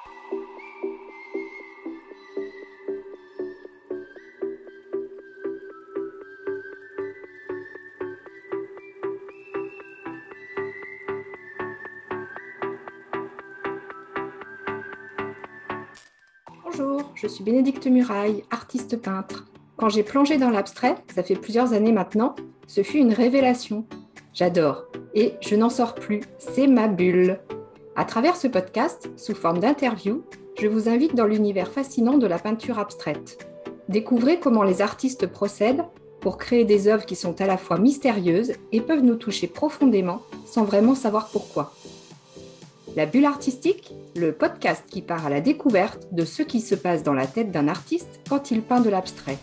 Bonjour, je suis Bénédicte Muraille, artiste peintre. Quand j'ai plongé dans l'abstrait, ça fait plusieurs années maintenant, ce fut une révélation. J'adore et je n'en sors plus, c'est ma bulle. À travers ce podcast, sous forme d'interview, je vous invite dans l'univers fascinant de la peinture abstraite. Découvrez comment les artistes procèdent pour créer des œuvres qui sont à la fois mystérieuses et peuvent nous toucher profondément sans vraiment savoir pourquoi. La bulle artistique, le podcast qui part à la découverte de ce qui se passe dans la tête d'un artiste quand il peint de l'abstrait.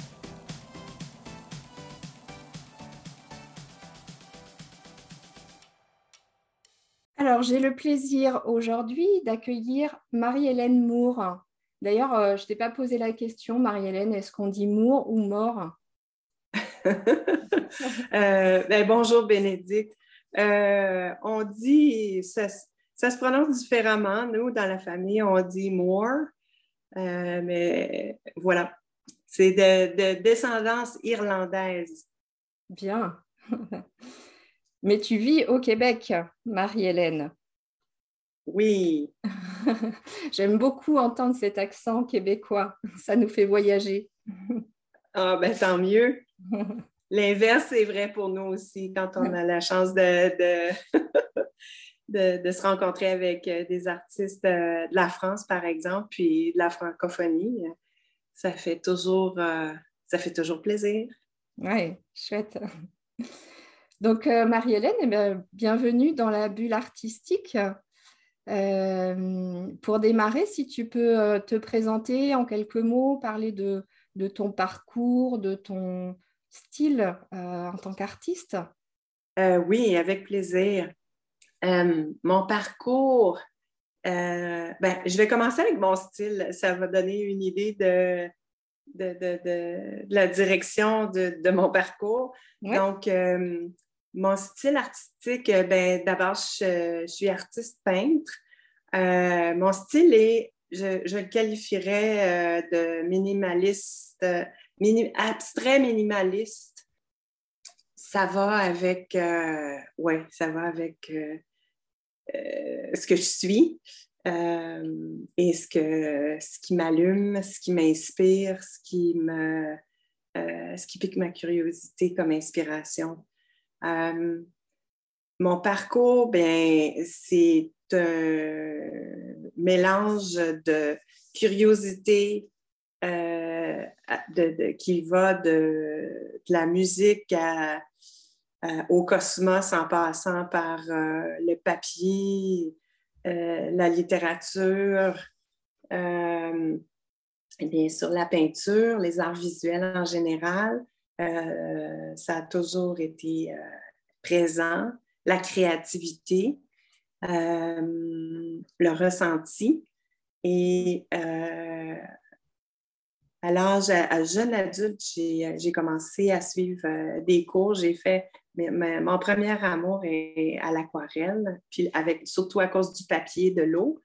Alors, j'ai le plaisir aujourd'hui d'accueillir Marie-Hélène Moore. D'ailleurs, je ne t'ai pas posé la question, Marie-Hélène, est-ce qu'on dit Moore ou Mort? Bonjour Bénédicte. On dit, ça se prononce différemment. Nous, dans la famille, on dit Moore. Mais voilà, c'est de descendance irlandaise. Bien. Mais tu vis au Québec, Marie-Hélène. Oui. J'aime beaucoup entendre cet accent québécois. Ça nous fait voyager. Ah, ben tant mieux. L'inverse est vrai pour nous aussi, quand on a la chance de se rencontrer avec des artistes de la France, par exemple, puis de la francophonie. Ça fait toujours plaisir. Oui, chouette. Donc, Marie-Hélène, bienvenue dans la bulle artistique. Pour démarrer, si tu peux te présenter en quelques mots, parler de ton parcours, de ton style en tant qu'artiste. Oui, avec plaisir. Mon parcours, je vais commencer avec mon style. Ça va donner une idée de la direction de mon parcours. Ouais. Donc, mon style artistique, d'abord, je suis artiste peintre. Mon style est, je le qualifierais de minimaliste, abstrait minimaliste. Ça va avec, ce que je suis et ce qui m'allume, ce qui m'inspire, ce qui pique ma curiosité comme inspiration. Mon parcours, c'est un mélange de curiosité qui va de la musique au cosmos en passant par le papier, la littérature, bien sûr la peinture, les arts visuels en général. Ça a toujours été présent, la créativité, le ressenti. Et à jeune adulte, j'ai commencé à suivre des cours. J'ai fait mon premier amour est à l'aquarelle, puis surtout à cause du papier, de l'eau.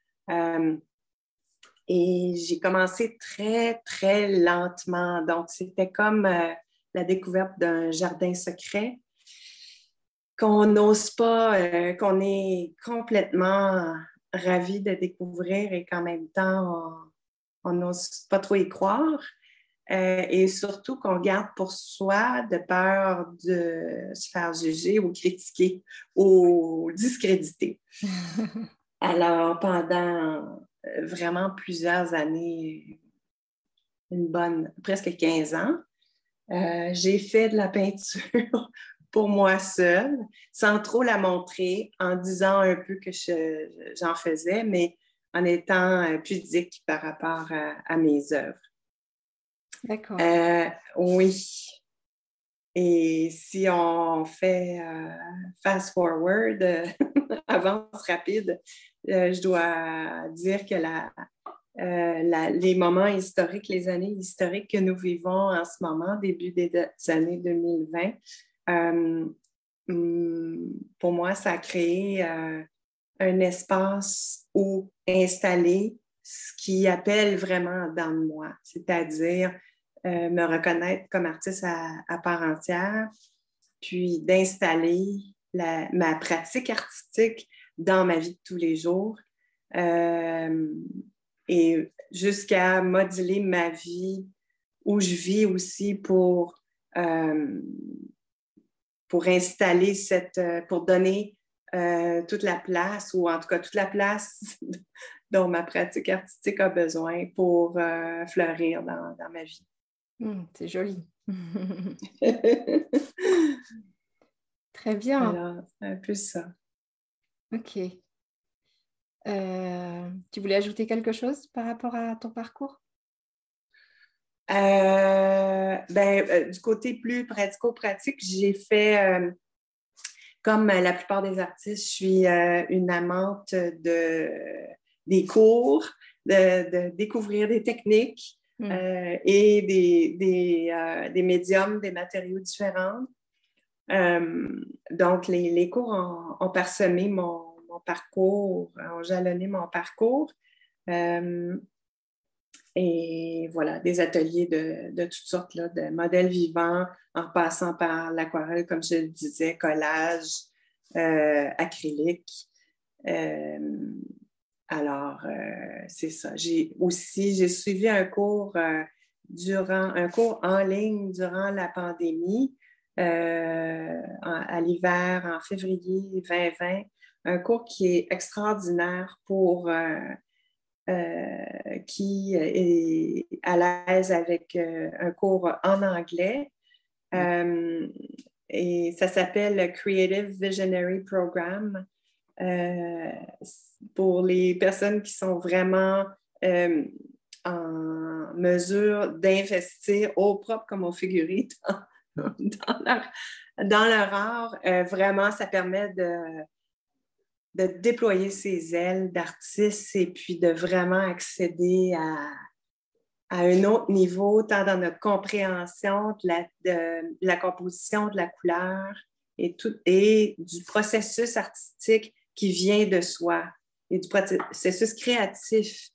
Et j'ai commencé très, très lentement. Donc, c'était comme la découverte d'un jardin secret qu'on n'ose pas, qu'on est complètement ravi de découvrir et qu'en même temps, on n'ose pas trop y croire. Et surtout qu'on garde pour soi de peur de se faire juger ou critiquer ou discréditer. Alors, pendant vraiment plusieurs années, presque 15 ans, j'ai fait de la peinture pour moi seule, sans trop la montrer, en disant un peu que j'en faisais, mais en étant pudique par rapport à mes œuvres. D'accord. Oui. Et si on fait fast forward, avance rapide, je dois dire que les moments historiques, les années historiques que nous vivons en ce moment, début des années 2020, pour moi, ça a créé un espace où installer ce qui appelle vraiment dans moi, c'est-à-dire me reconnaître comme artiste à part entière, puis d'installer ma pratique artistique dans ma vie de tous les jours et jusqu'à moduler ma vie où je vis aussi pour installer pour donner toute la place, ou en tout cas toute la place dont ma pratique artistique a besoin pour fleurir dans ma vie. C'est joli. Très bien. Alors, c'est un peu ça. Ok. Tu voulais ajouter quelque chose par rapport à ton parcours? Du côté plus pratico-pratique, j'ai fait, comme la plupart des artistes, je suis une amante des cours, de découvrir des techniques et des médiums, des matériaux différents. Donc, les cours ont parsemé mon parcours, ont jalonné mon parcours. Et voilà, des ateliers de toutes sortes, là, de modèles vivants, en passant par l'aquarelle, comme je le disais, collage, acrylique. Alors, c'est ça. J'ai suivi un cours en ligne durant la pandémie, à l'hiver, en février 2020, un cours qui est extraordinaire pour qui est à l'aise avec un cours en anglais. Et ça s'appelle Creative Visionary Program. Pour les personnes qui sont vraiment en mesure d'investir au propre comme au figuré dans leur art, vraiment, ça permet de déployer ses ailes d'artiste et puis de vraiment accéder à un autre niveau, tant dans notre compréhension de la composition, de la couleur et du processus artistique qui vient de soi et du processus créatif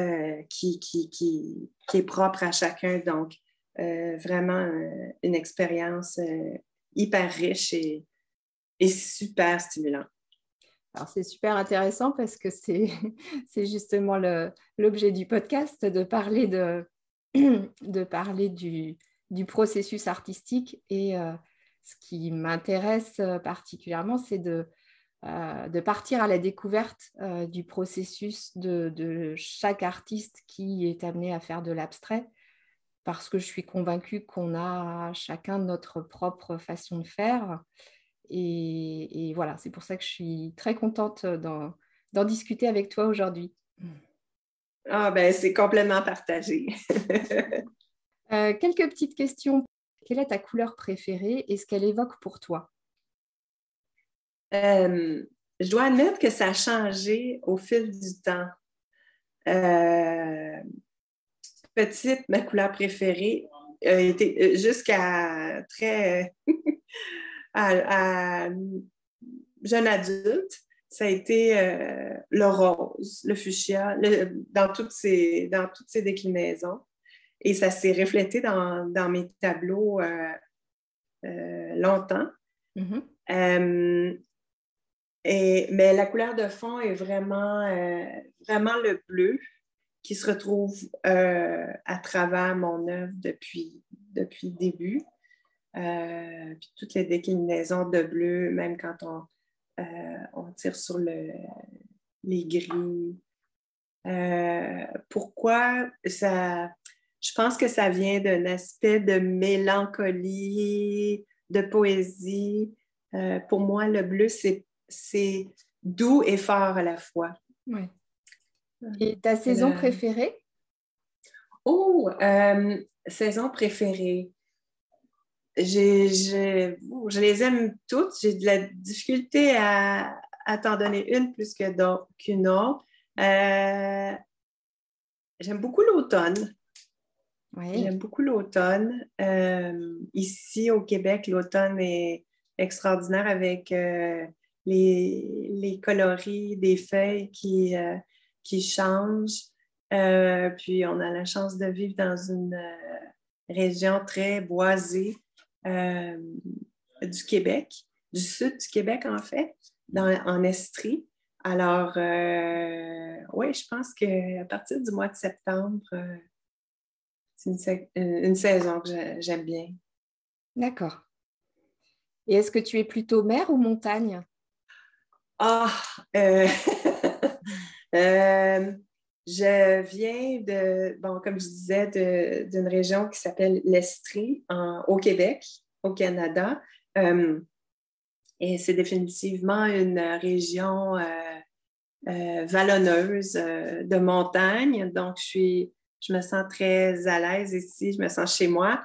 qui est propre à chacun. Donc, vraiment une expérience hyper riche et super stimulante. Alors, c'est super intéressant parce que c'est justement l'objet du podcast, de parler, de parler du processus artistique. Et ce qui m'intéresse particulièrement, c'est de partir à la découverte du processus de chaque artiste qui est amené à faire de l'abstrait, parce que je suis convaincue qu'on a chacun notre propre façon de faire. Et voilà, c'est pour ça que je suis très contente d'en discuter avec toi aujourd'hui. Ah ben, c'est complètement partagé. Quelques petites questions. Quelle est ta couleur préférée et ce qu'elle évoque pour toi? Je dois admettre que ça a changé au fil du temps. Petite, ma couleur préférée a été jusqu'à très à jeune adulte, ça a été le rose, le fuchsia, dans toutes ses déclinaisons. Et ça s'est reflété dans mes tableaux longtemps. Mais la couleur de fond est vraiment le bleu qui se retrouve à travers mon œuvre depuis le début. Puis toutes les déclinaisons de bleu, même quand on tire sur les gris. Pourquoi ça? Je pense que ça vient d'un aspect de mélancolie, de poésie. Pour moi, le bleu, c'est doux et fort à la fois. Ouais. Et ta saison préférée? Oh, saison préférée. Je les aime toutes. J'ai de la difficulté à t'en donner une plus qu'une autre. J'aime beaucoup l'automne. Oui. J'aime beaucoup l'automne. Ici, au Québec, l'automne est extraordinaire avec les coloris des feuilles qui changent. Puis on a la chance de vivre dans une région très boisée du Québec, du sud du Québec en fait, en Estrie. Alors, oui, je pense qu'à partir du mois de septembre, c'est une saison que j'aime bien. D'accord. Et est-ce que tu es plutôt mer ou montagne? Ah, je viens comme je disais, d'une région qui s'appelle l'Estrie au Québec, au Canada. Et c'est définitivement une région vallonneuse de montagne. Donc, je me sens très à l'aise ici, je me sens chez moi.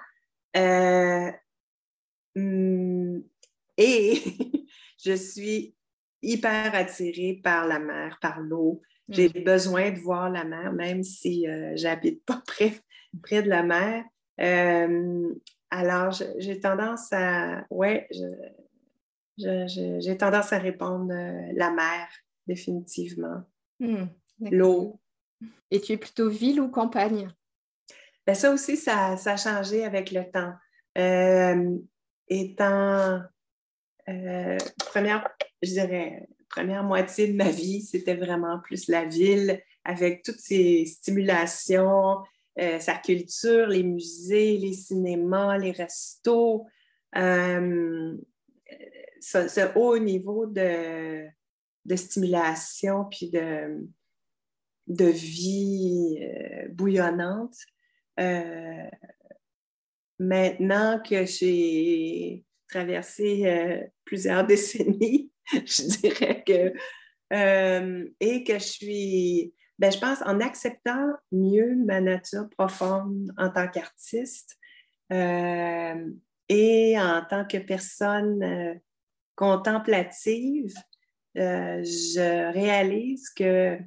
Et je suis hyper attirée par la mer, par l'eau. J'ai besoin de voir la mer, même si j'habite pas près de la mer. Alors, j'ai tendance à... Ouais, j'ai tendance à répondre la mer, définitivement. L'eau. Et tu es plutôt ville ou campagne? Ben, ça aussi, ça a changé avec le temps. Étant première moitié de ma vie, c'était vraiment plus la ville avec toutes ces stimulations, sa culture, les musées, les cinémas, les restos. Ce haut niveau de stimulation puis de vie bouillonnante. Maintenant que j'ai traversé plusieurs décennies, je dirais que et que je pense en acceptant mieux ma nature profonde en tant qu'artiste et en tant que personne contemplative, je réalise que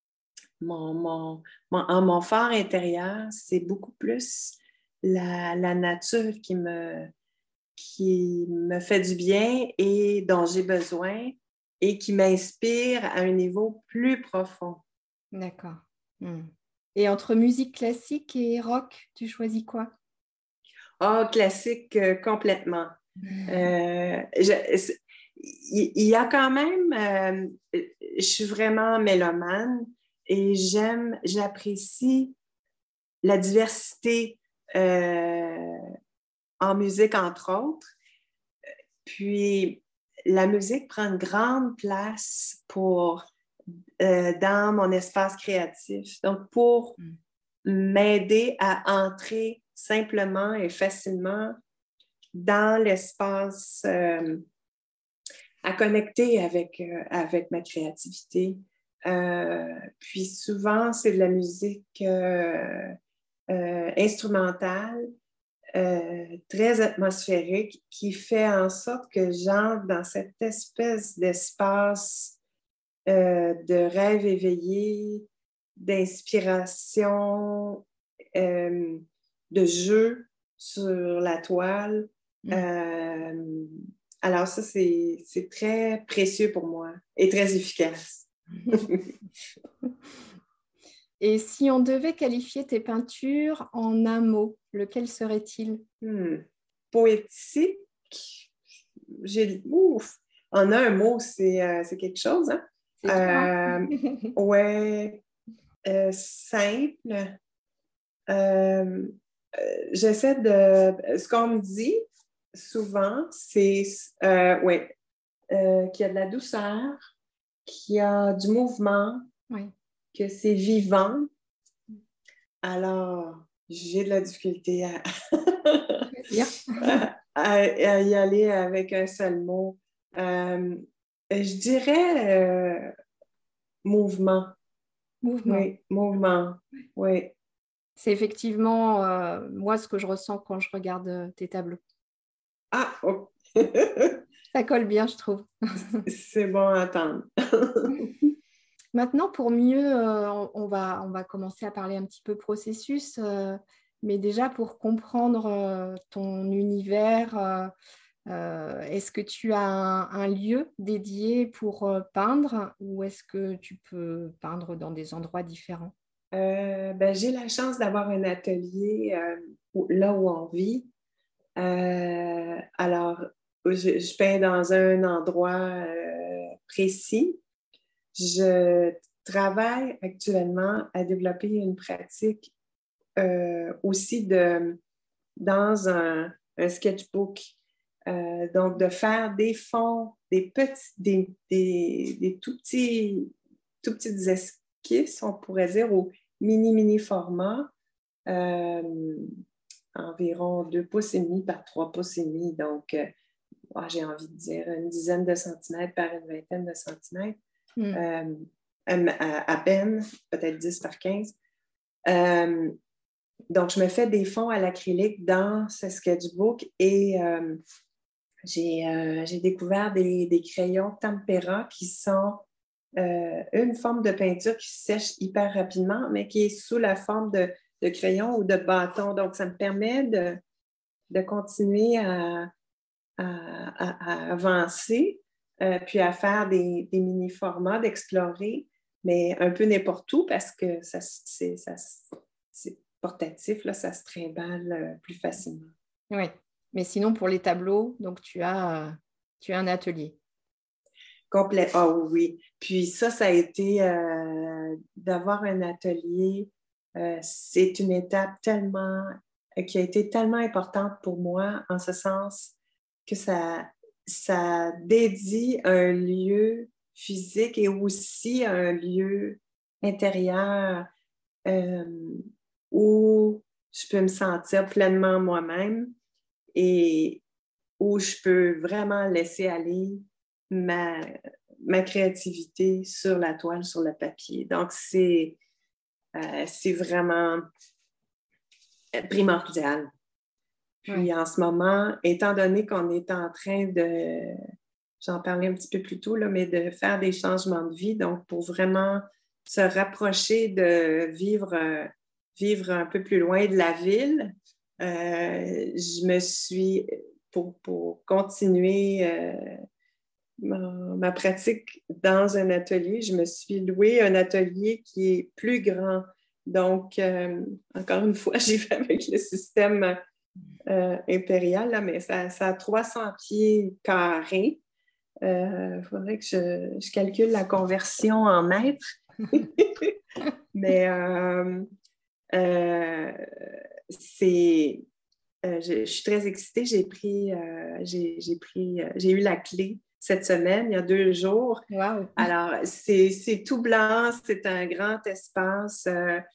mon fort intérieur, c'est beaucoup plus la nature qui me fait du bien et dont j'ai besoin et qui m'inspire à un niveau plus profond. D'accord. Et entre musique classique et rock, tu choisis quoi? Ah, classique complètement. Il y a quand même, je suis vraiment mélomane et j'apprécie la diversité en musique, entre autres. Puis, la musique prend une grande place dans mon espace créatif. Donc, pour m'aider à entrer simplement et facilement dans l'espace, à connecter avec ma créativité. Puis souvent, c'est de la musique instrumentale, très atmosphérique, qui fait en sorte que j'entre dans cette espèce d'espace de rêve éveillé, d'inspiration, de jeu sur la toile. Alors ça, c'est très précieux pour moi et très efficace. Et si on devait qualifier tes peintures en un mot, lequel serait-il? Poétique. En un mot, c'est quelque chose, hein? Ouais. Simple. J'essaie de... Ce qu'on me dit souvent, c'est ouais, qu'il y a de la douceur, qu'il y a du mouvement, que c'est vivant. Alors, j'ai de la difficulté à y aller avec un seul mot. Je dirais mouvement. Mouvement. Oui, mouvement. Oui. C'est effectivement moi ce que je ressens quand je regarde tes tableaux. Ah, oh. Ça colle bien, je trouve. C'est bon à entendre. Maintenant, pour mieux, on va commencer à parler un petit peu processus, mais déjà pour comprendre ton univers, Est-ce que tu as un lieu dédié pour peindre ou est-ce que tu peux peindre dans des endroits différents? J'ai la chance d'avoir un atelier là où on vit. Alors, je peins dans un endroit précis. Je travaille actuellement à développer une pratique aussi dans un sketchbook. Donc, de faire des fonds, des tout petites esquisses, on pourrait dire, au mini format, environ 2 pouces et demi par 3 pouces et demi. Donc, j'ai envie de dire une dizaine de centimètres par une vingtaine de centimètres. À peine, peut-être 10 par 15. Donc, je me fais des fonds à l'acrylique dans ce sketchbook et j'ai découvert des crayons tempera qui sont une forme de peinture qui sèche hyper rapidement, mais qui est sous la forme de crayon ou de bâton. Donc, ça me permet de continuer à avancer, puis à faire des mini-formats, d'explorer, mais un peu n'importe où parce que c'est portatif, là, ça se trimballe plus facilement. Oui, mais sinon pour les tableaux, donc tu as un atelier. Complet. Ah oui. Puis ça a été d'avoir un atelier. C'est une étape qui a été tellement importante pour moi en ce sens que ça dédie un lieu physique et aussi un lieu intérieur où je peux me sentir pleinement moi-même et où je peux vraiment laisser aller ma créativité sur la toile, sur le papier. Donc, c'est vraiment primordial. Puis, en ce moment, étant donné qu'on est en train j'en parlais un petit peu plus tôt, là, mais de faire des changements de vie, donc pour vraiment se rapprocher de vivre un peu plus loin de la ville, je me suis, pour continuer ma pratique dans un atelier, je me suis loué un atelier qui est plus grand. Donc, encore une fois, j'y vais avec le système impérial, là, mais ça a 300 pieds carrés. Il faudrait que je calcule la conversion en mètres. Mais je suis très excitée. J'ai eu la clé cette semaine, il y a 2 jours. Wow. Alors, c'est tout blanc, c'est un grand espace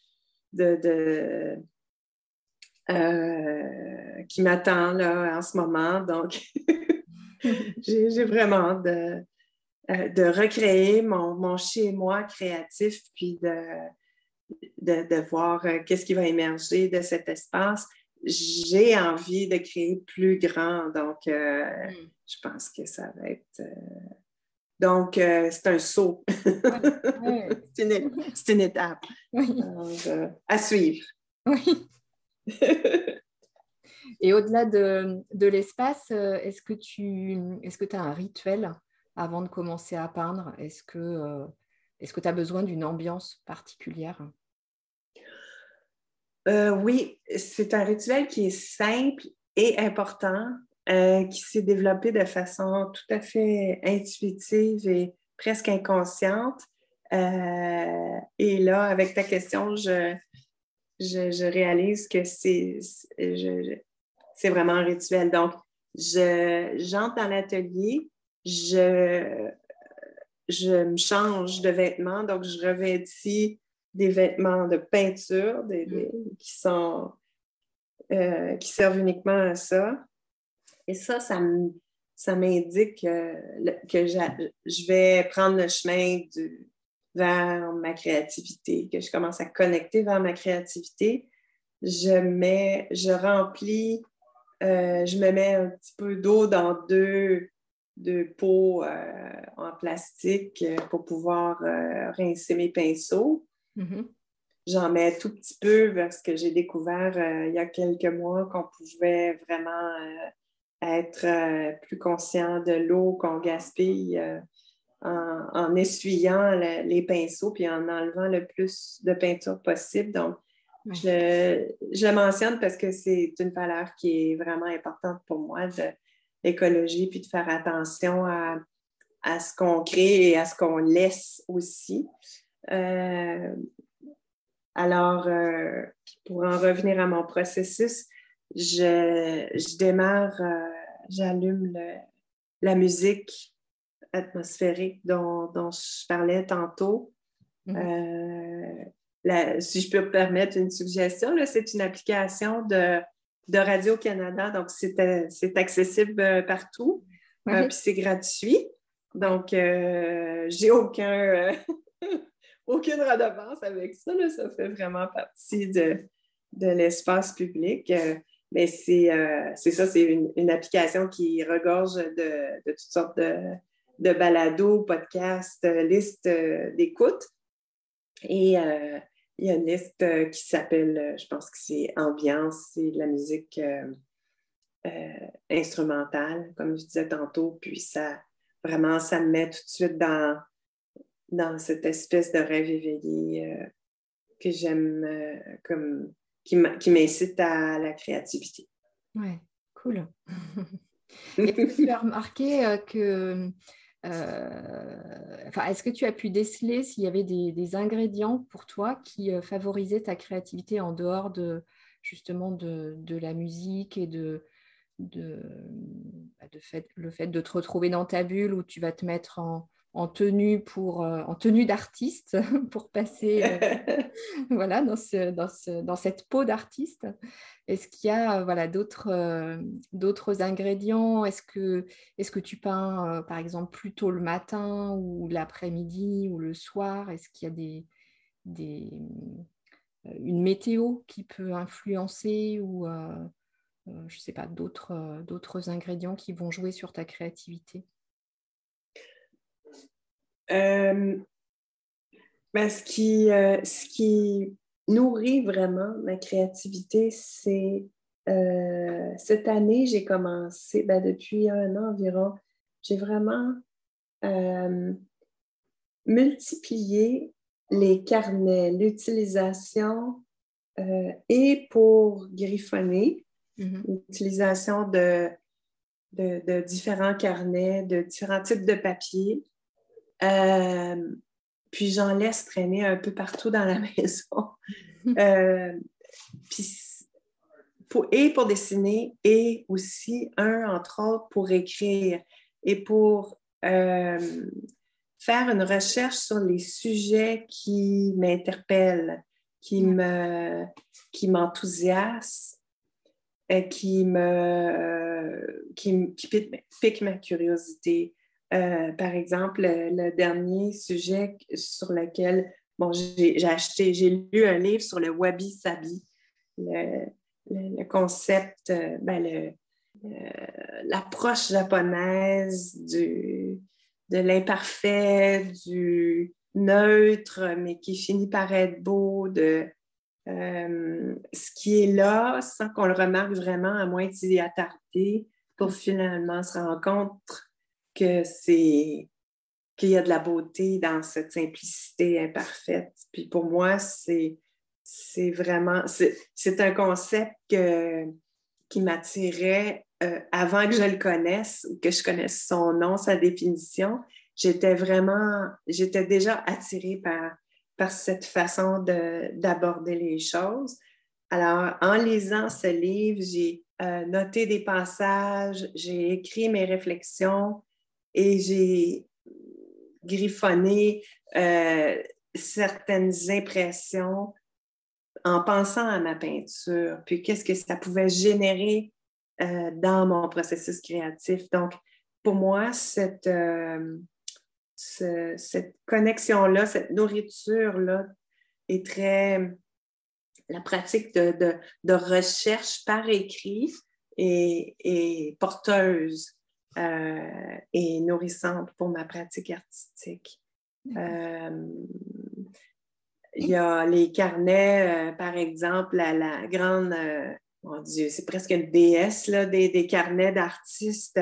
qui m'attend là en ce moment. Donc, j'ai vraiment de recréer mon chez-moi créatif, puis de voir qu'est-ce qui va émerger de cet espace. J'ai envie de créer plus grand, donc je pense que ça va être... Donc, c'est un saut. Ouais. C'est une étape. Oui. Alors, à suivre. Oui. Et au-delà de l'espace, est-ce que tu as un rituel avant de commencer à peindre? Est-ce que tu as besoin d'une ambiance particulière? Oui, c'est un rituel qui est simple et important, qui s'est développé de façon tout à fait intuitive et presque inconsciente. Et là, avec ta question, je réalise que c'est vraiment un rituel. Donc, j'entre dans l'atelier, je me change de vêtements, donc je revêtis des vêtements de peinture qui servent uniquement à ça. Et ça m'indique que je vais prendre le chemin vers ma créativité, que je commence à connecter vers ma créativité. Je remplis, je me mets un petit peu d'eau dans deux pots en plastique pour pouvoir rincer mes pinceaux. Mm-hmm. J'en mets tout petit peu parce que j'ai découvert il y a quelques mois qu'on pouvait vraiment être plus conscient de l'eau qu'on gaspille en essuyant les pinceaux puis en enlevant le plus de peinture possible. Donc, je le mentionne parce que c'est une valeur qui est vraiment importante pour moi, de l'écologie, puis de faire attention à ce qu'on crée et à ce qu'on laisse aussi. Alors, pour en revenir à mon processus, je démarre, j'allume la musique atmosphérique dont je parlais tantôt. Si je peux me permettre une suggestion, là, c'est une application de Radio-Canada, donc c'est accessible partout, puis c'est gratuit. Donc, j'ai aucune redevance avec ça. Là. Ça fait vraiment partie de l'espace public. Mais c'est ça, c'est une application qui regorge de toutes sortes de balados, podcasts, listes d'écoute. Et il y a une liste qui s'appelle, je pense que c'est Ambiance, c'est de la musique instrumentale, comme je disais tantôt. Puis ça me met tout de suite dans cette espèce de rêve éveillé que j'aime, qui m'incite à la créativité. Ouais, cool. Est-ce que tu as remarqué est-ce que tu as pu déceler s'il y avait des ingrédients pour toi qui favorisaient ta créativité en dehors justement de la musique et le fait de te retrouver dans ta bulle où tu vas te mettre en tenue d'artiste pour passer voilà, dans cette peau d'artiste. Est-ce qu'il y a d'autres ingrédients? Est-ce que tu peins, par exemple, plutôt le matin ou l'après-midi ou le soir? Est-ce qu'il y a une météo qui peut influencer ou je ne sais pas, d'autres ingrédients qui vont jouer sur ta créativité? Ce qui nourrit vraiment ma créativité, c'est cette année, j'ai commencé, depuis 1 an environ, j'ai vraiment multiplié les carnets, l'utilisation et pour griffonner, l'utilisation de différents carnets, de différents types de papier. Puis j'en laisse traîner un peu partout dans la maison. Pour dessiner et aussi entre autres, pour écrire et pour faire une recherche sur les sujets qui m'interpellent, qui m'enthousiasment, qui piquent ma curiosité. Par exemple, le dernier sujet sur lequel j'ai lu un livre sur le wabi-sabi, le concept, l'approche japonaise de l'imparfait, du neutre, mais qui finit par être beau, ce qui est là sans qu'on le remarque vraiment, à moins d'y attarder, pour finalement se rendre compte qu'il y a de la beauté dans cette simplicité imparfaite. Puis pour moi, c'est un concept qui m'attirait avant que je le connaisse ou que je connaisse son nom, sa définition. J'étais déjà attirée par cette façon d'aborder les choses. Alors, en lisant ce livre, j'ai noté des passages, j'ai écrit mes réflexions et j'ai griffonné certaines impressions en pensant à ma peinture, puis qu'est-ce que ça pouvait générer dans mon processus créatif. Donc, pour moi, cette connexion-là, cette nourriture-là est très... La pratique de recherche par écrit est porteuse et nourrissante pour ma pratique artistique. Il y a les carnets, par exemple, la grande mon Dieu, c'est presque une déesse là, des carnets d'artistes,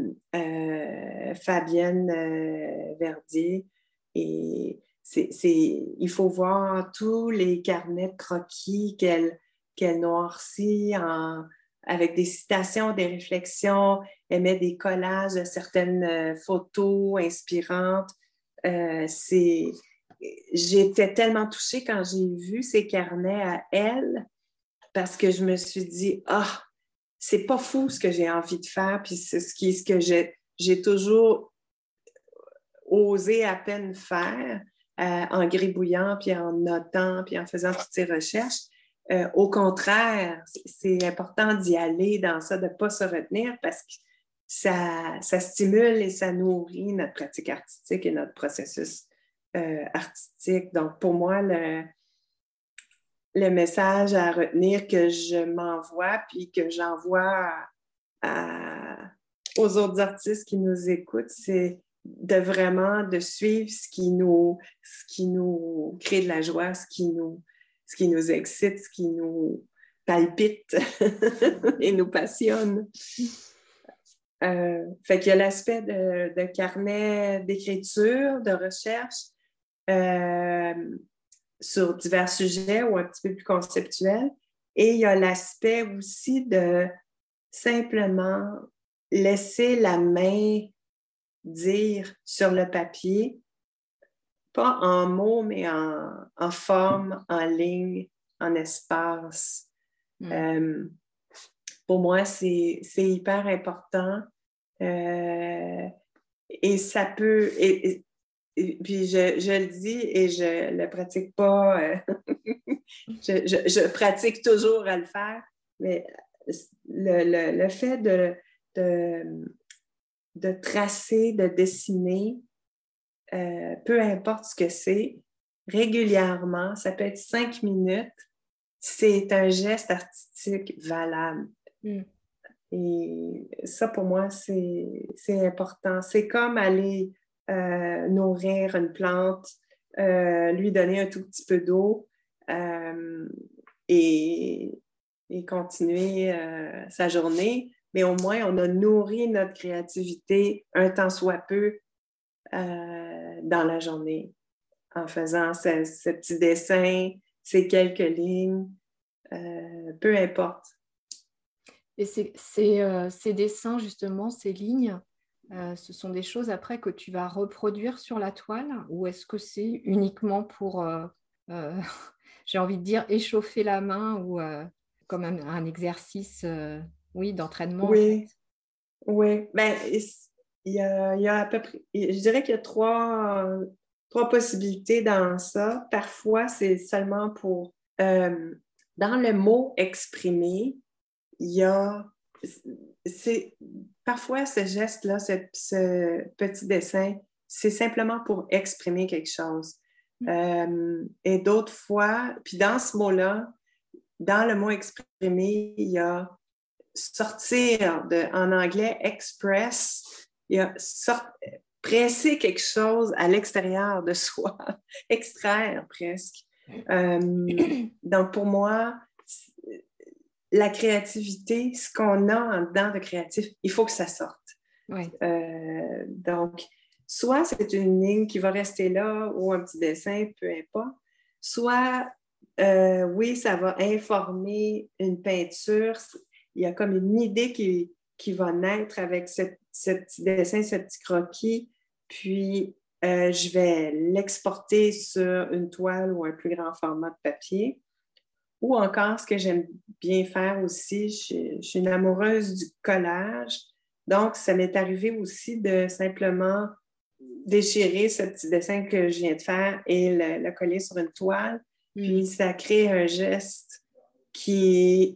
Fabienne Verdier. Et il faut voir tous les carnets de croquis qu'elle noircit avec des citations, des réflexions. Elle met des collages de certaines photos inspirantes. J'étais tellement touchée quand j'ai vu ces carnets à elle, parce que je me suis dit, c'est pas fou ce que j'ai envie de faire, puis c'est ce que j'ai toujours osé à peine faire en gribouillant, puis en notant, puis en faisant toutes ces recherches. Au contraire, c'est important d'y aller dans ça, de ne pas se retenir, parce que ça stimule et ça nourrit notre pratique artistique et notre processus artistique. Donc, pour moi, le message à retenir que je m'envoie puis que j'envoie aux autres artistes qui nous écoutent, c'est de suivre ce qui nous crée de la joie, ce qui nous excite, ce qui nous palpite et nous passionne. Fait qu'il y a l'aspect de carnet d'écriture, de recherche, sur divers sujets ou un petit peu plus conceptuels. Et il y a l'aspect aussi de simplement laisser la main dire sur le papier, pas en mots, mais en forme, en ligne, en espace. Pour moi, c'est hyper important. Et ça peut... Et puis je le dis et je le pratique pas. Je pratique toujours à le faire, mais le fait de tracer, de dessiner, peu importe ce que c'est, régulièrement, ça peut être 5 minutes, c'est un geste artistique valable. Et ça, pour moi, c'est important. C'est comme aller nourrir une plante, lui donner un tout petit peu d'eau et continuer sa journée. Mais au moins, on a nourri notre créativité un tant soit peu dans la journée en faisant ce petit dessin, ces quelques lignes, peu importe. Et ces dessins, justement, ces lignes, ce sont des choses après que tu vas reproduire sur la toile, ou est-ce que c'est uniquement pour, j'ai envie de dire, échauffer la main ou comme un exercice d'entraînement en fait. Oui. Ben, il y a à peu près, je dirais qu'il y a trois possibilités dans ça. Parfois, c'est seulement pour, dans le mot exprimer, il y a, parfois ce geste-là, ce petit dessin, c'est simplement pour exprimer quelque chose. Et d'autres fois, puis dans ce mot-là, dans le mot exprimer, il y a sortir, en anglais, express, il y a presser quelque chose à l'extérieur de soi, extraire presque. Donc pour moi, la créativité, ce qu'on a en dedans de créatif, il faut que ça sorte. Oui. Donc, soit c'est une ligne qui va rester là ou un petit dessin, peu importe. Soit, oui, ça va informer une peinture. Il y a comme une idée qui va naître avec ce petit dessin, ce petit croquis. Puis, je vais l'exporter sur une toile ou un plus grand format de papier. Ou encore, ce que j'aime bien faire aussi, je suis une amoureuse du collage. Donc, ça m'est arrivé aussi de simplement déchirer ce petit dessin que je viens de faire et le coller sur une toile. Puis, ça crée un geste qui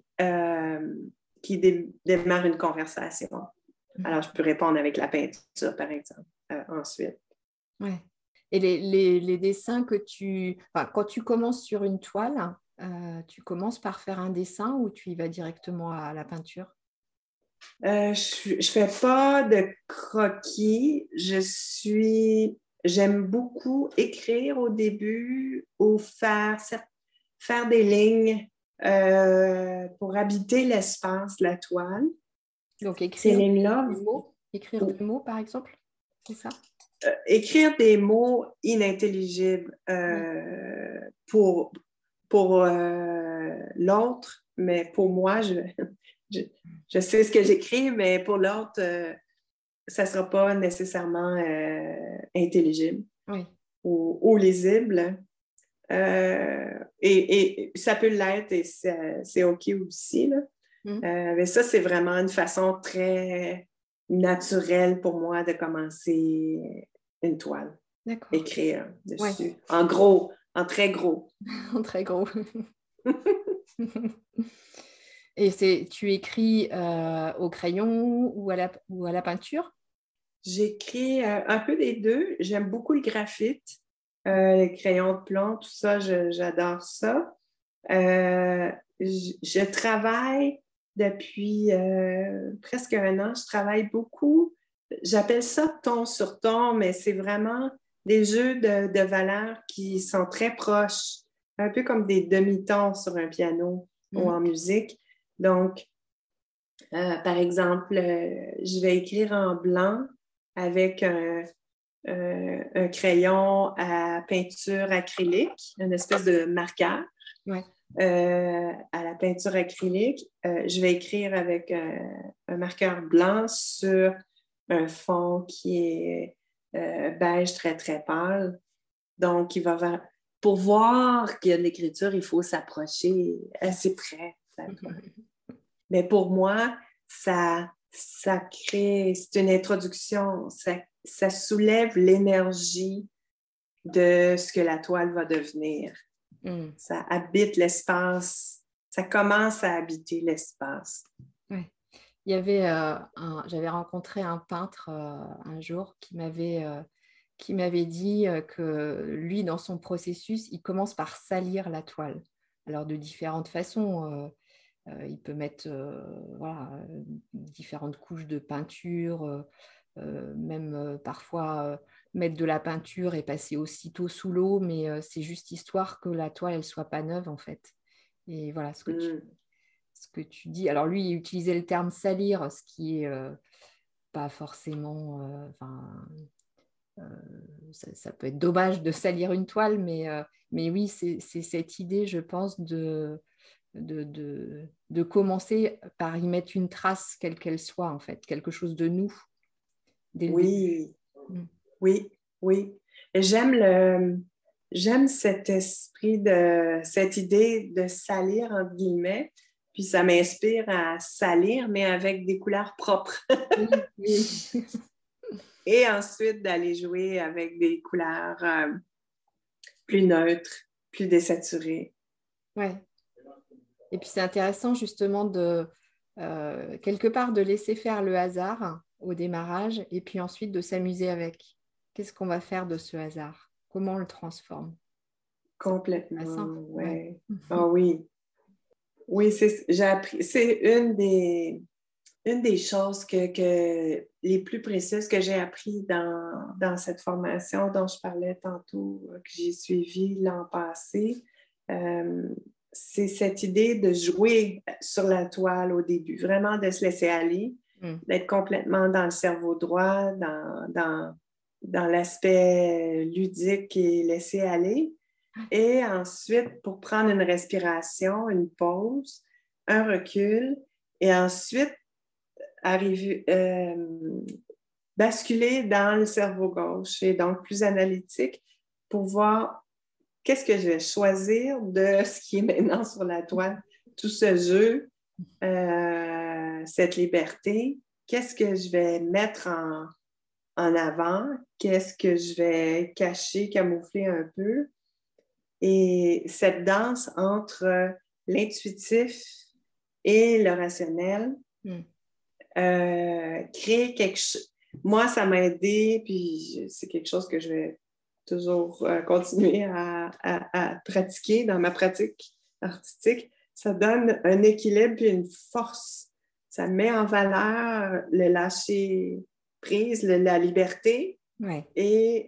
démarre une conversation. Alors, je peux répondre avec la peinture, par exemple, ensuite. Oui. Et les dessins quand tu commences sur une toile, tu commences par faire un dessin ou tu y vas directement à la peinture? Je fais pas de croquis. J'aime beaucoup écrire au début ou faire des lignes pour habiter l'espace de la toile. Donc, Ces lignes-là, écrire des mots, par exemple, c'est ça? Écrire des mots inintelligibles pour l'autre, mais pour moi, je sais ce que j'écris, mais pour l'autre, ça ne sera pas nécessairement intelligible ou lisible. Et ça peut l'être et c'est OK aussi. Là. Mais ça, c'est vraiment une façon très naturelle pour moi de commencer une toile. D'accord. Écrire dessus. En gros, en très gros. En très gros. Et tu écris au crayon ou à la peinture? J'écris un peu des deux. J'aime beaucoup le graphite, les crayons de plomb, tout ça, j'adore ça. Je travaille depuis presque 1 an. Je travaille beaucoup. J'appelle ça ton sur ton, mais c'est vraiment des jeux de valeurs qui sont très proches, un peu comme des demi-tons sur un piano ou en musique. Donc, par exemple, je vais écrire en blanc avec un crayon à peinture acrylique, une espèce de marqueur. À la peinture acrylique. Je vais écrire avec un marqueur blanc sur un fond qui est beige très, très pâle. Donc, pour voir qu'il y a de l'écriture, il faut s'approcher assez près. Mais pour moi, ça crée, c'est une introduction, ça soulève l'énergie de ce que la toile va devenir. Ça habite l'espace, ça commence à habiter l'espace. Ouais. Il y avait j'avais rencontré un peintre un jour qui m'avait dit que lui, dans son processus, il commence par salir la toile. Alors, de différentes façons. Il peut mettre différentes couches de peinture, même parfois mettre de la peinture et passer aussitôt sous l'eau, mais c'est juste histoire que la toile, elle ne soit pas neuve, en fait. Et voilà ce que tu dis. Alors, lui, il utilisait le terme salir, ce qui est pas forcément... ça peut être dommage de salir une toile, mais oui, c'est cette idée, je pense, de commencer par y mettre une trace, quelle qu'elle soit, en fait, quelque chose de nous. Oui, oui. J'aime cet esprit cette idée de salir, entre guillemets, puis ça m'inspire à salir, mais avec des couleurs propres. Oui. Et ensuite, d'aller jouer avec des couleurs plus neutres, plus désaturées. Ouais. Et puis, c'est intéressant, justement, quelque part, de laisser faire le hasard au démarrage et puis ensuite de s'amuser avec. Qu'est-ce qu'on va faire de ce hasard? Comment on le transforme? Complètement, ouais. Ah oui. Oui, j'ai appris. C'est une des choses les plus précieuses que j'ai appris dans cette formation dont je parlais tantôt, que j'ai suivie l'an passé. C'est cette idée de jouer sur la toile au début, vraiment de se laisser aller, d'être complètement dans le cerveau droit, dans l'aspect ludique et laisser aller. Et ensuite, pour prendre une respiration, une pause, un recul, et ensuite basculer dans le cerveau gauche et donc plus analytique pour voir qu'est-ce que je vais choisir de ce qui est maintenant sur la toile, tout ce jeu, cette liberté, qu'est-ce que je vais mettre en avant, qu'est-ce que je vais cacher, camoufler un peu. Et cette danse entre l'intuitif et le rationnel crée quelque chose. Moi, ça m'a aidé, puis c'est quelque chose que je vais toujours continuer à pratiquer dans ma pratique artistique. Ça donne un équilibre et une force. Ça met en valeur le lâcher prise, la liberté. Ouais. Et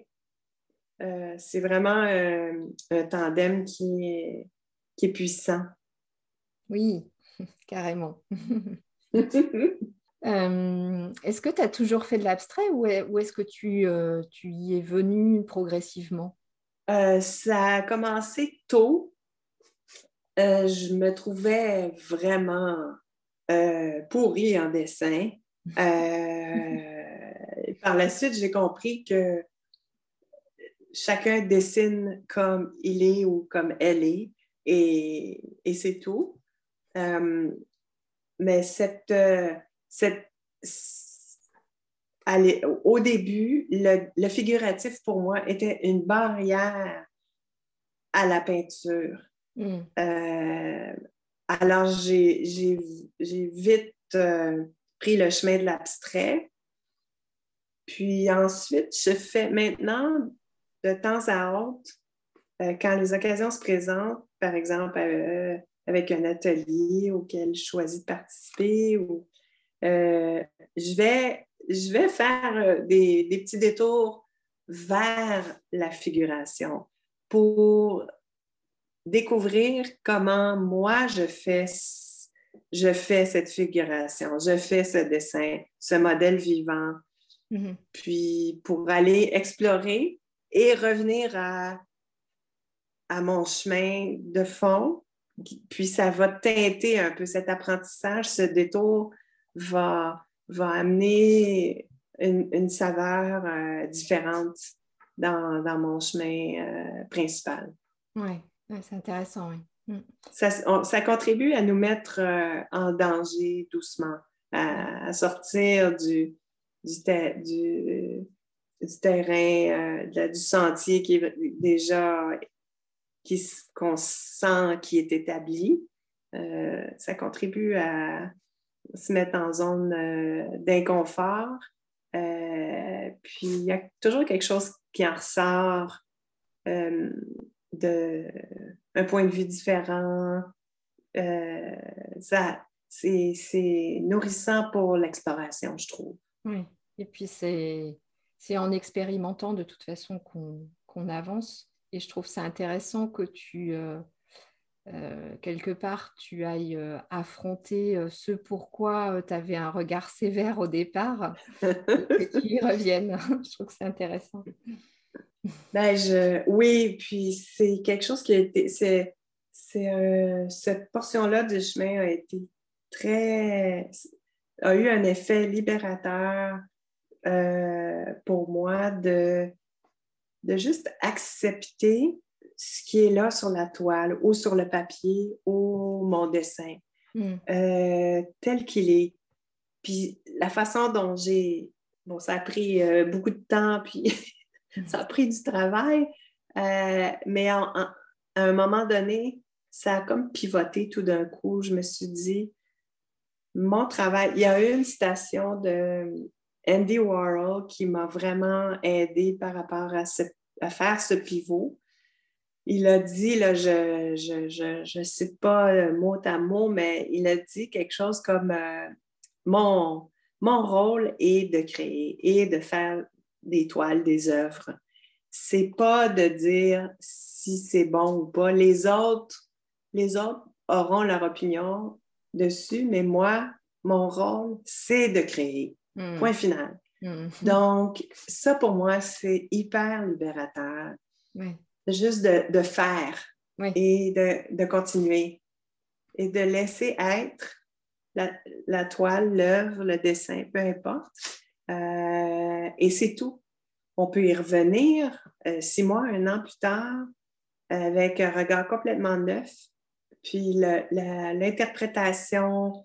c'est vraiment un tandem qui est puissant. Oui, carrément. Est-ce que tu as toujours fait de l'abstrait ou est-ce que tu y es venu progressivement? Ça a commencé tôt. Je me trouvais vraiment pourrie en dessin. Par la suite, j'ai compris que chacun dessine comme il est ou comme elle est, et c'est tout. Euh, mais cette, au début, le figuratif pour moi était une barrière à la peinture. Mm. Euh, alors, j'ai vite pris le chemin de l'abstrait. Puis ensuite, je fais maintenant, de temps à autre, quand les occasions se présentent, par exemple avec un atelier auquel je choisis de participer, ou, euh, je vais faire des petits détours vers la figuration pour découvrir comment moi je fais cette figuration, je fais ce dessin, ce modèle vivant, Mhm. puis pour aller explorer et revenir à mon chemin de fond. Puis ça va teinter un peu cet apprentissage, ce détour va amener une saveur différente dans mon chemin principal. Ouais, ouais, c'est intéressant, oui. Mm. Ça contribue à nous mettre en danger doucement, à sortir du terrain, du sentier qui est déjà qu'on sent qui est établi. Ça contribue à se mettre en zone d'inconfort. Puis il y a toujours quelque chose qui en ressort euh, d'un point de vue différent. C'est nourrissant pour l'exploration, je trouve. Oui. Et puis c'est en expérimentant de toute façon qu'on avance. Et je trouve ça intéressant que quelque part, tu ailles affronter ce pourquoi tu avais un regard sévère au départ et que tu y reviennes. Je trouve que c'est intéressant. Oui, puis c'est quelque chose qui a été, cette portion-là du chemin a eu un effet libérateur pour moi de juste accepter ce qui est là sur la toile ou sur le papier ou mon dessin, Mm. tel qu'il est. Puis la façon dont bon, ça a pris beaucoup de temps, puis ça a pris du travail, mais à un moment donné, ça a comme pivoté tout d'un coup. Je me suis dit, mon travail, il y a eu une citation de Andy Warhol qui m'a vraiment aidée par rapport à faire ce pivot. Il a dit, là, je cite pas mot à mot, mais il a dit quelque chose comme mon, mon rôle est de créer et de faire des toiles, des œuvres. C'est pas de dire si c'est bon ou pas. Les autres auront leur opinion dessus, mais moi, mon rôle, c'est de créer. Mm. Point final. Mm. Donc, ça, pour moi, c'est hyper libérateur. Ouais. Juste de faire Ouais. et de continuer et de laisser être la toile, l'œuvre, le dessin, peu importe. Et c'est tout. On peut y revenir 6 mois, un an plus tard, avec un regard complètement neuf. Puis l'interprétation,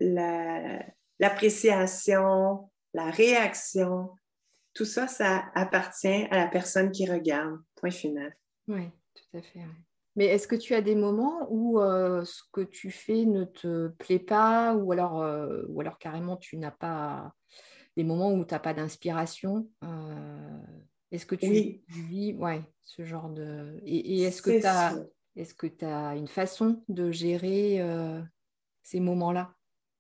l'appréciation, la réaction, tout ça, ça appartient à la personne qui regarde. Point final. Ouais, tout à fait. Ouais. Mais est-ce que tu as des moments où ce que tu fais ne te plaît pas ou alors carrément tu n'as pas des moments où tu n'as pas d'inspiration est-ce que tu Oui, vis ouais, ce genre de... Et c'est sûr. est-ce que tu as une façon de gérer ces moments-là?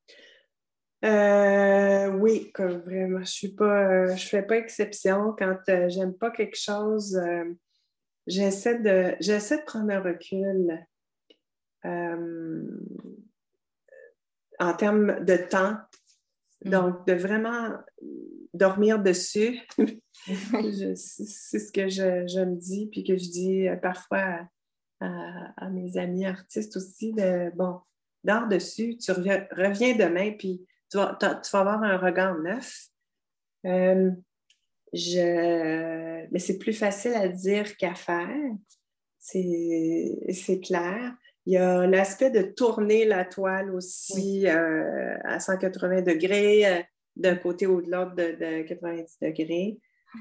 Oui, que vraiment, je fais pas exception quand j'aime pas quelque chose. J'essaie de prendre un recul en termes de temps. Donc, de vraiment dormir dessus, c'est ce que je me dis, puis que je dis parfois à mes amis artistes aussi, dors dessus, tu reviens demain, puis tu vas avoir un regard neuf. Mais c'est plus facile à dire qu'à faire, c'est clair. Il y a l'aspect de tourner la toile aussi à 180 degrés, d'un côté ou de l'autre de 90 degrés.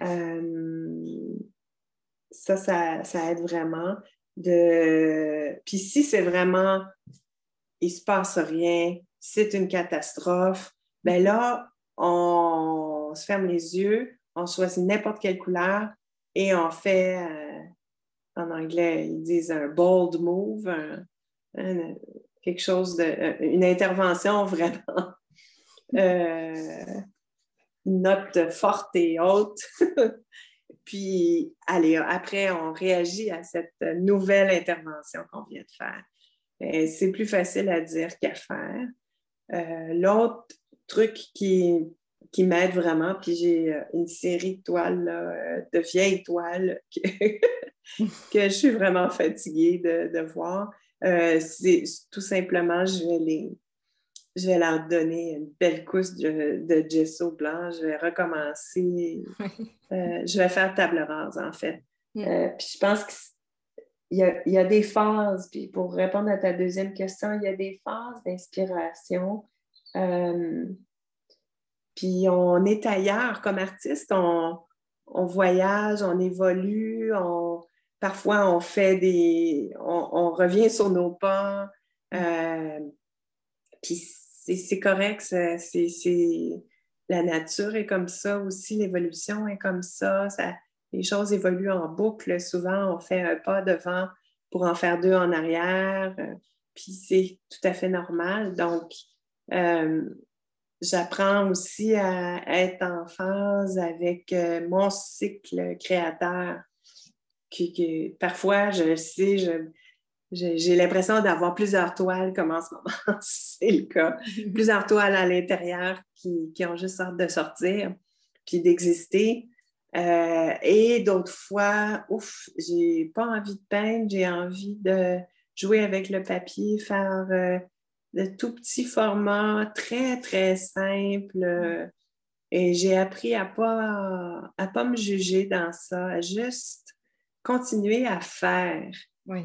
Ça aide vraiment. Puis si c'est vraiment, il ne se passe rien, c'est une catastrophe, bien là, on se ferme les yeux, on choisit n'importe quelle couleur et on fait, en anglais, ils disent un bold move, quelque chose une intervention vraiment, une note forte et haute. Puis, allez, après, on réagit à cette nouvelle intervention qu'on vient de faire. Et c'est plus facile à dire qu'à faire. L'autre truc qui m'aide vraiment, puis j'ai une série de toiles, là, de vieilles toiles que je suis vraiment fatiguée de voir. C'est tout simplement, je vais leur donner une belle couche de gesso blanc. Je vais recommencer. Je vais faire table rase, en fait. Puis je pense qu'il y a des phases, puis pour répondre à ta deuxième question, il y a des phases d'inspiration. Puis on est ailleurs comme artiste, on voyage, on évolue, parfois on fait on revient sur nos pas. Puis c'est correct, la nature est comme ça aussi, l'évolution est comme ça, les choses évoluent en boucle. Souvent, on fait un pas devant pour en faire deux en arrière, puis c'est tout à fait normal. Donc, j'apprends aussi à être en phase avec mon cycle créateur, qui parfois, je le sais, j'ai l'impression d'avoir plusieurs toiles, comme en ce moment, c'est le cas. Plusieurs toiles à l'intérieur qui ont juste hâte de sortir, puis d'exister. Et d'autres fois, j'ai pas envie de peindre, j'ai envie de jouer avec le papier, faire de tout petits formats, très, très simples. Et j'ai appris à pas me juger dans ça, à juste continuer à faire. Oui.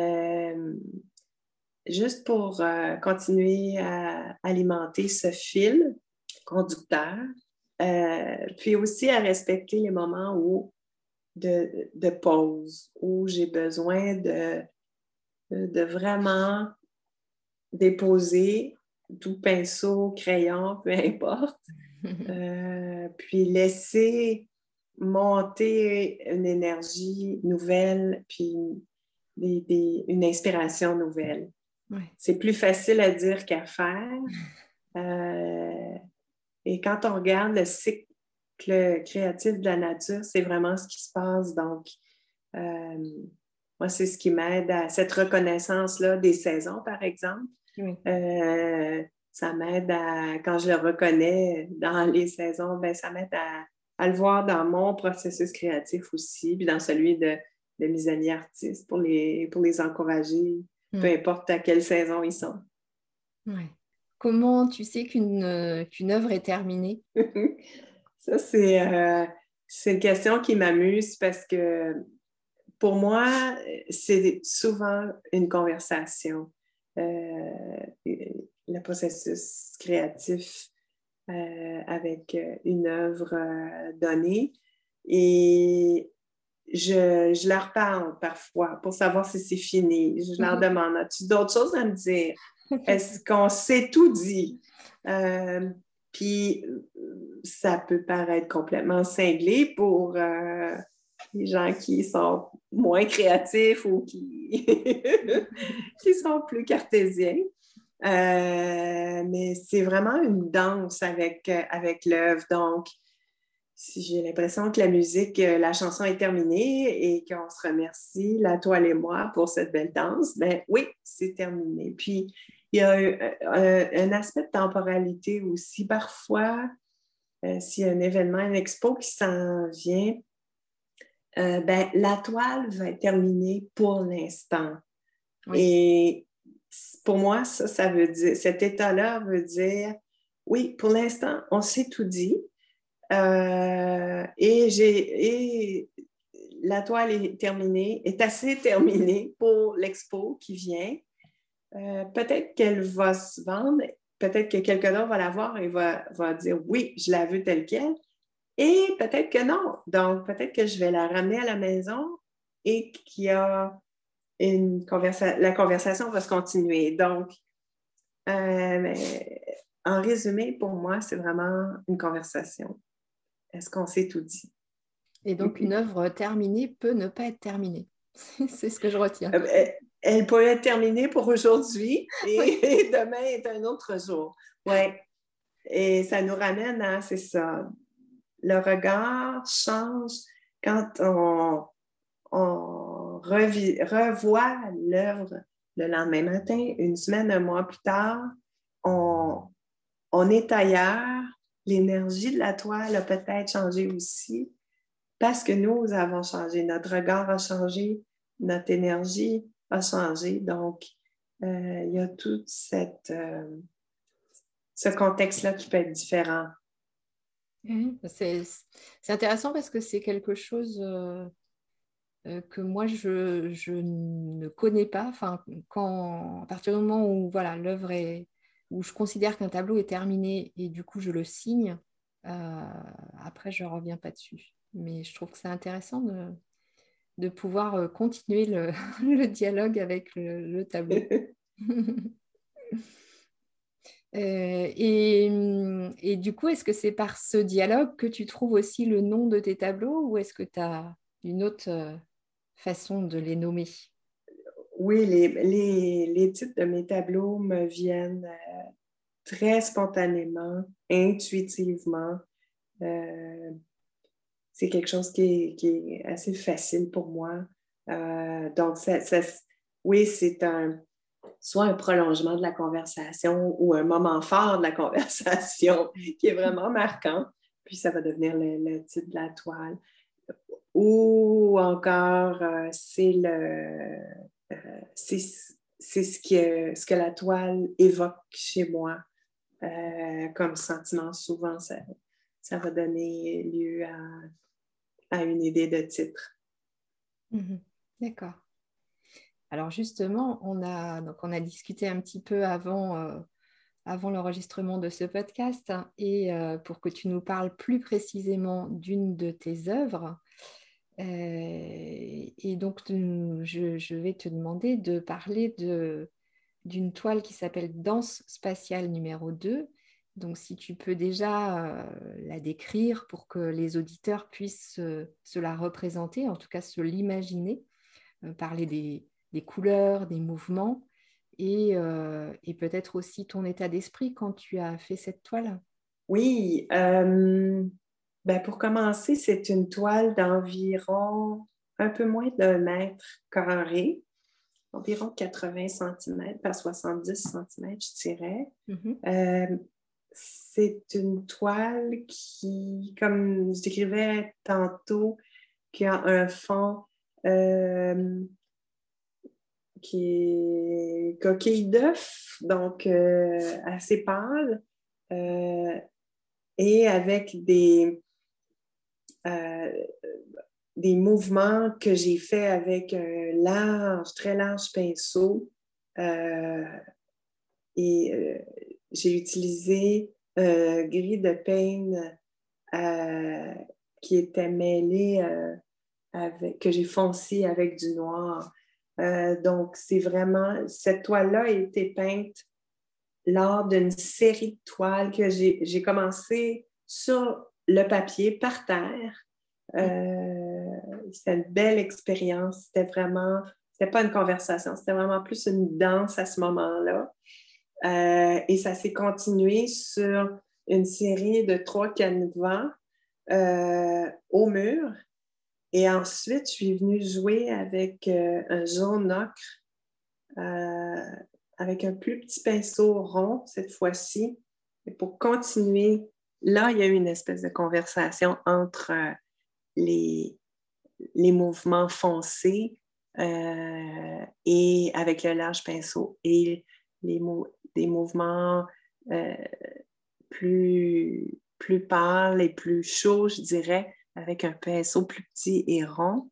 Juste pour continuer à alimenter ce fil conducteur, puis aussi à respecter les moments de pause, où j'ai besoin de vraiment déposer tout pinceau, crayon, peu importe, puis laisser monter une énergie nouvelle, puis une inspiration nouvelle. Ouais. C'est plus facile à dire qu'à faire. Et quand on regarde le cycle créatif de la nature, c'est vraiment ce qui se passe. Donc, moi, c'est ce qui m'aide à cette reconnaissance-là des saisons, par exemple. Oui. Ça m'aide quand je le reconnais dans les saisons, bien, ça m'aide à le voir dans mon processus créatif aussi, puis dans celui de mes amis artistes pour les encourager, peu importe à quelle saison ils sont. Ouais. Comment tu sais qu'une œuvre est terminée? Ça, c'est une question qui m'amuse parce que pour moi, c'est souvent une conversation, le processus créatif avec une œuvre donnée. Et je leur parle parfois pour savoir si c'est fini. Je leur demande, as-tu d'autres choses à me dire? Est-ce qu'on s'est tout dit? Puis, ça peut paraître complètement cinglé pour les gens qui sont moins créatifs ou qui sont plus cartésiens. Mais c'est vraiment une danse avec l'œuvre. Donc, si j'ai l'impression que la musique, la chanson est terminée et qu'on se remercie, la toile et moi, pour cette belle danse, ben oui, c'est terminé. Puis, il y a un aspect de temporalité aussi. Parfois, s'il y a un événement, une expo qui s'en vient, ben, la toile va être terminée pour l'instant. Oui. Et pour moi, ça veut dire, cet état-là veut dire, oui, pour l'instant, on s'est tout dit. Et la toile est terminée, est assez terminée pour l'expo qui vient. Peut-être qu'elle va se vendre, peut-être que quelqu'un d'autre va la voir et va dire oui, je la veux telle qu'elle. Et peut-être que non. Donc, peut-être que je vais la ramener à la maison et qu'il y a la conversation va se continuer. Donc, en résumé, pour moi, c'est vraiment une conversation. Est-ce qu'on s'est tout dit? Et donc, une œuvre terminée peut ne pas être terminée. C'est ce que je retiens. Elle peut être terminée pour aujourd'hui Oui. et demain est un autre jour. Oui. Et ça nous ramène à, c'est ça, le regard change quand on revoit l'œuvre le lendemain matin, une semaine, un mois plus tard, on est ailleurs. L'énergie de la toile a peut-être changé aussi parce que nous avons changé. Notre regard a changé, notre énergie a changé. Donc, il y a tout ce contexte-là qui peut être différent. C'est intéressant parce que c'est quelque chose que moi, je ne connais pas. Enfin, à partir du moment où voilà, l'œuvre est, où je considère qu'un tableau est terminé et du coup, je le signe, après, je ne reviens pas dessus. Mais je trouve que c'est intéressant de pouvoir continuer le dialogue avec le tableau. Et du coup, est-ce que c'est par ce dialogue que tu trouves aussi le nom de tes tableaux ou est-ce que tu as une autre façon de les nommer? Oui, les titres de mes tableaux me viennent très spontanément, intuitivement. C'est quelque chose qui est assez facile pour moi. Donc, oui, c'est soit un prolongement de la conversation ou un moment fort de la conversation qui est vraiment marquant. Puis, ça va devenir le titre de la toile. Ou encore, c'est ce que la toile évoque chez moi comme sentiment. Souvent, ça va donner lieu à une idée de titre. D'accord. Alors justement, on a discuté un petit peu avant l'enregistrement de ce podcast et pour que tu nous parles plus précisément d'une de tes œuvres. Et donc, je vais te demander de parler d'une toile qui s'appelle Danse spatiale numéro 2. Donc, si tu peux déjà la décrire pour que les auditeurs puissent se la représenter, en tout cas se l'imaginer, parler des couleurs, des mouvements et peut-être aussi ton état d'esprit quand tu as fait cette toile. Oui, ben pour commencer, c'est une toile d'environ un peu moins d'un mètre carré, environ 80 cm par 70 cm, je dirais. C'est une toile qui, comme je décrivais tantôt, qui a un fond qui est coquille d'œuf, donc assez pâle, et avec des mouvements que j'ai faits avec un très large pinceau. J'ai utilisé gris de peigne qui était mêlé que j'ai foncé avec du noir. Donc, c'est vraiment, cette toile-là a été peinte lors d'une série de toiles que j'ai commencé sur le papier, par terre. C'était une belle expérience. C'était pas une conversation, c'était vraiment plus une danse à ce moment-là. Et ça s'est continué sur une série de 3 canevas au mur. Et ensuite, je suis venue jouer avec un jaune ocre, avec un plus petit pinceau rond cette fois-ci. Et pour continuer, là, il y a eu une espèce de conversation entre les mouvements foncés et avec le large pinceau et des mouvements plus pâles et plus chauds, je dirais, avec un pinceau plus petit et rond.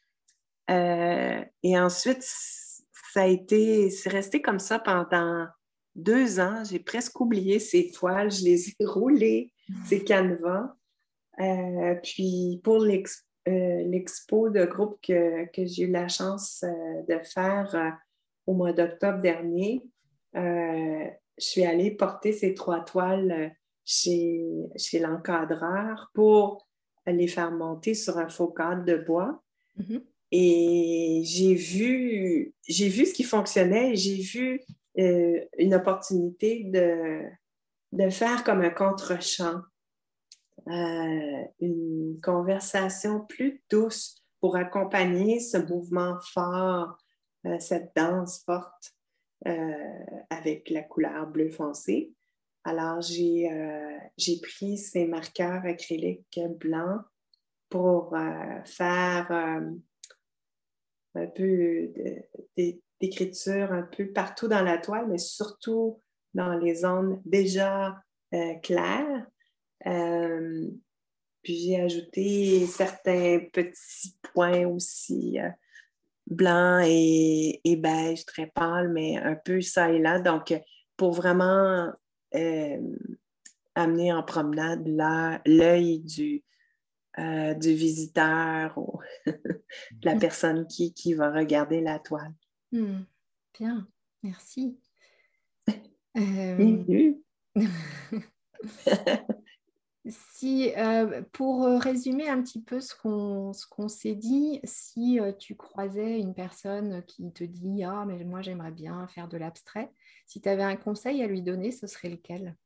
Et ensuite, c'est resté comme ça pendant 2 ans. J'ai presque oublié ces toiles. Je les ai roulées, ces canevas. Puis pour l'expo de groupe que j'ai eu la chance de faire au mois d'octobre dernier, je suis allée porter ces 3 toiles chez l'encadreur pour les faire monter sur un faux cadre de bois. Mhm. Et j'ai vu ce qui fonctionnait et j'ai vu une opportunité de faire comme un contre-champ, une conversation plus douce pour accompagner ce mouvement fort, cette danse forte avec la couleur bleu foncé. Alors, j'ai pris ces marqueurs acryliques blancs pour faire un peu d'écriture un peu partout dans la toile, mais surtout dans les zones déjà claires. Puis j'ai ajouté certains petits points aussi blancs et beige, très pâles, mais un peu ça et là. Donc, pour vraiment amener en promenade l'œil du visiteur ou de la personne qui va regarder la toile. Bien, merci. Si, pour résumer un petit peu ce qu'on s'est dit, si tu croisais une personne qui te dit « Ah, mais moi j'aimerais bien faire de l'abstrait », si tu avais un conseil à lui donner, ce serait lequel?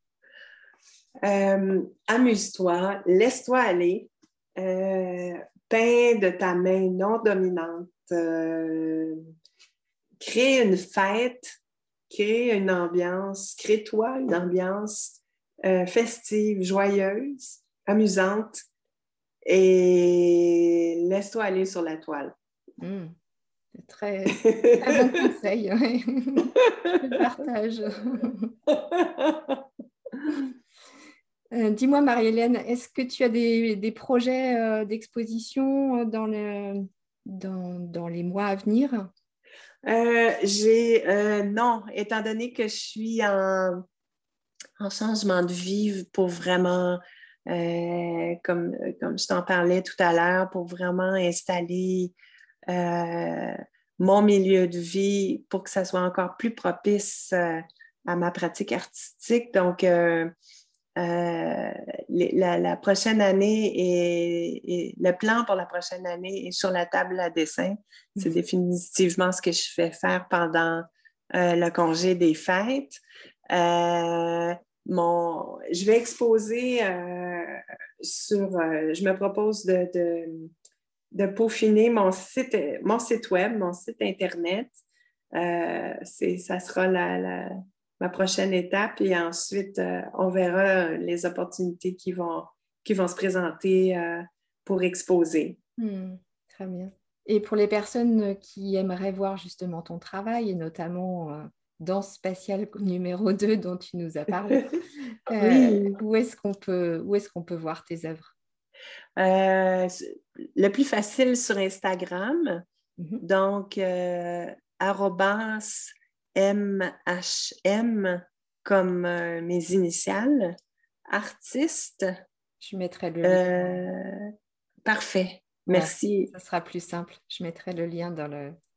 Amuse-toi, laisse-toi aller, peins de ta main non dominante, crée une fête, crée une ambiance, crée-toi une ambiance festive, joyeuse, amusante et laisse-toi aller sur la toile. Très, très bon conseil, ouais. Je partage. Dis-moi, Marie-Hélène, est-ce que tu as des projets d'exposition dans les mois à venir? Non, étant donné que je suis en changement de vie pour vraiment, comme je t'en parlais tout à l'heure, pour vraiment installer mon milieu de vie pour que ça soit encore plus propice à ma pratique artistique. Donc, la prochaine année et le plan pour la prochaine année est sur la table à dessin. C'est définitivement ce que je vais faire pendant le congé des fêtes. Je vais exposer je me propose de peaufiner mon site web, mon site Internet. Ça sera ma prochaine étape et ensuite, on verra les opportunités qui vont se présenter pour exposer. Très bien. Et pour les personnes qui aimeraient voir justement ton travail, et notamment Danse spatiale numéro 2 dont tu nous as parlé, Oui. où est-ce qu'on peut voir tes œuvres? Le plus facile sur Instagram. Donc, @MHM comme mes initiales, artiste. Je mettrai le lien. Parfait. Ouais, merci. ça sera plus simple. Je mettrai le lien dans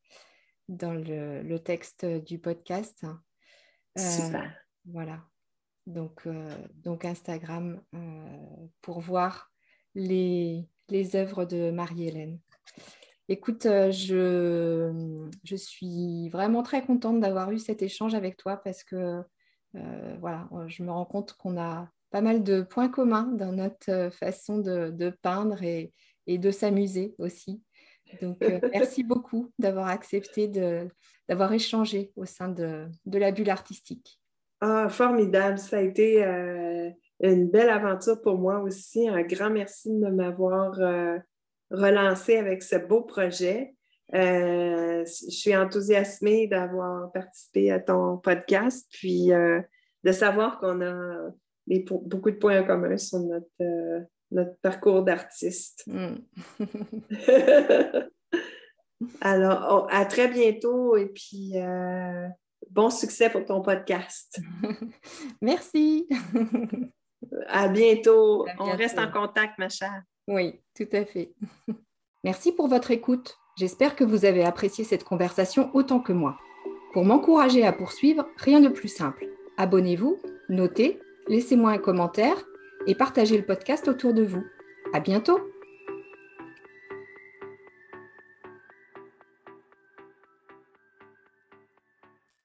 le texte du podcast. Super. Voilà. Donc Instagram pour voir les œuvres de Marie-Hélène. Écoute, je suis vraiment très contente d'avoir eu cet échange avec toi parce que voilà, je me rends compte qu'on a pas mal de points communs dans notre façon de peindre et de s'amuser aussi. Donc, merci beaucoup d'avoir accepté d'avoir échangé au sein de la bulle artistique. Ah, formidable. Ça a été une belle aventure pour moi aussi. Un grand merci de m'avoir relancé avec ce beau projet. Je suis enthousiasmée d'avoir participé à ton podcast, puis de savoir qu'on a beaucoup de points en commun sur notre parcours d'artiste. Alors, à très bientôt et puis bon succès pour ton podcast. Merci. À bientôt. À bientôt. On reste en contact, ma chère. Oui, tout à fait. Merci pour votre écoute. J'espère que vous avez apprécié cette conversation autant que moi. Pour m'encourager à poursuivre, rien de plus simple. Abonnez-vous, notez, laissez-moi un commentaire et partagez le podcast autour de vous. À bientôt.